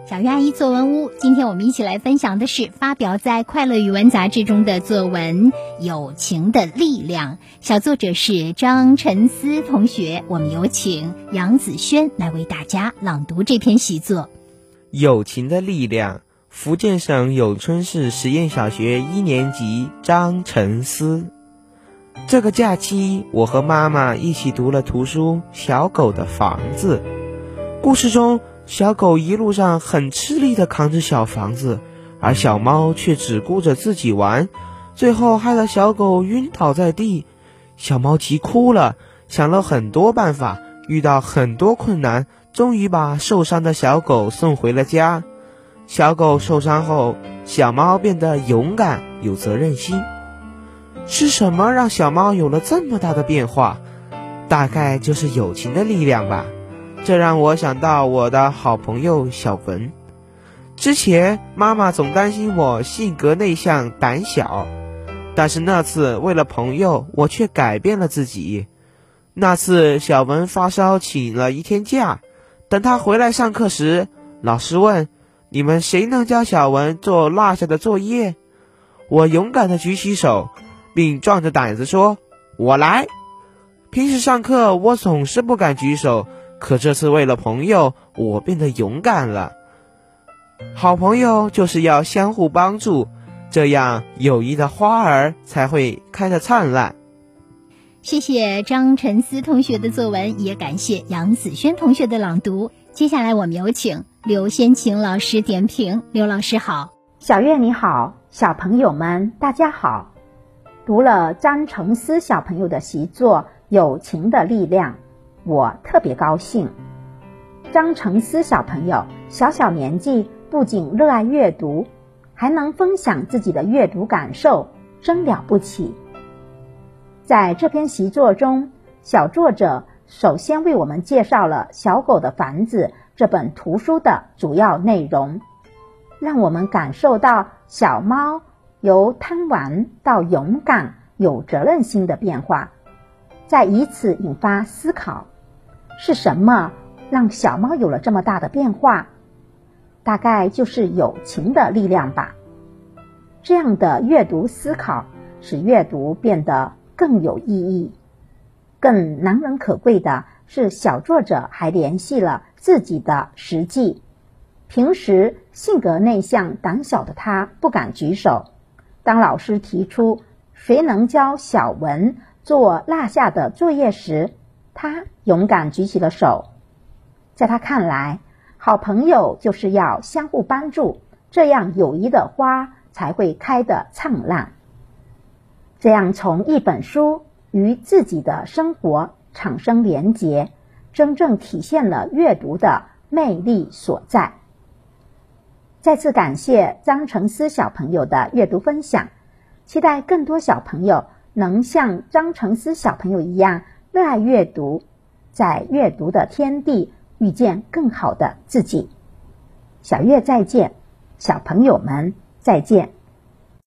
小鱼阿姨作文屋，今天我们一起来分享的是发表在《快乐语文》杂志中的作文《友情的力量》，小作者是张晨思同学。我们有请杨子轩来为大家朗读这篇习作。 友情的力量，福建省永春市实验小学1年级张晨思。这个假期，我和妈妈一起读了图书《小狗的房子》。故事中，小狗一路上很吃力地扛着小房子，而小猫却只顾着自己玩，最后害得小狗晕倒在地。小猫急哭了，想了很多办法，遇到很多困难，终于把受伤的小狗送回了家。小狗受伤后，小猫变得勇敢，有责任心。是什么让小猫有了这么大的变化？大概就是友情的力量吧。这让我想到我的好朋友小文。之前妈妈总担心我性格内向胆小，但是那次为了朋友，我却改变了自己。那次小文发烧请了1天假，等他回来上课时，老师问：你们谁能教小文做落下的作业？我勇敢地举起手，并壮着胆子说：我来。平时上课我总是不敢举手，可这次为了朋友，我变得勇敢了。好朋友就是要相互帮助，这样友谊的花儿才会开得灿烂。 谢谢张晨思同学的作文，也感谢杨子轩同学的朗读。接下来我们有请刘先晴老师点评。刘老师好。 小月你好，小朋友们大家好。读了张晨思小朋友的习作《友情的力量》，我特别高兴。张晨思小朋友小小年纪不仅热爱阅读，还能分享自己的阅读感受，真了不起。在这篇习作中，小作者首先为我们介绍了《小狗的房子》这本图书的主要内容，让我们感受到小猫由贪玩到勇敢、有责任心的变化，再以此引发思考，是什么让小猫有了这么大的变化？大概就是友情的力量吧。这样的阅读思考使阅读变得更有意义。更难能可贵的是，小作者还联系了自己的实际。平时性格内向胆小的他不敢举手，当老师提出谁能教小文做落下的作业时，他勇敢举起了手。在他看来，好朋友就是要相互帮助，这样友谊的花才会开得灿烂。这样从一本书与自己的生活产生连结，真正体现了阅读的魅力所在。再次感谢张晨思小朋友的阅读分享，期待更多小朋友能像张晨思小朋友一样热爱阅读，在阅读的天地遇见更好的自己。小月再见，小朋友们再见。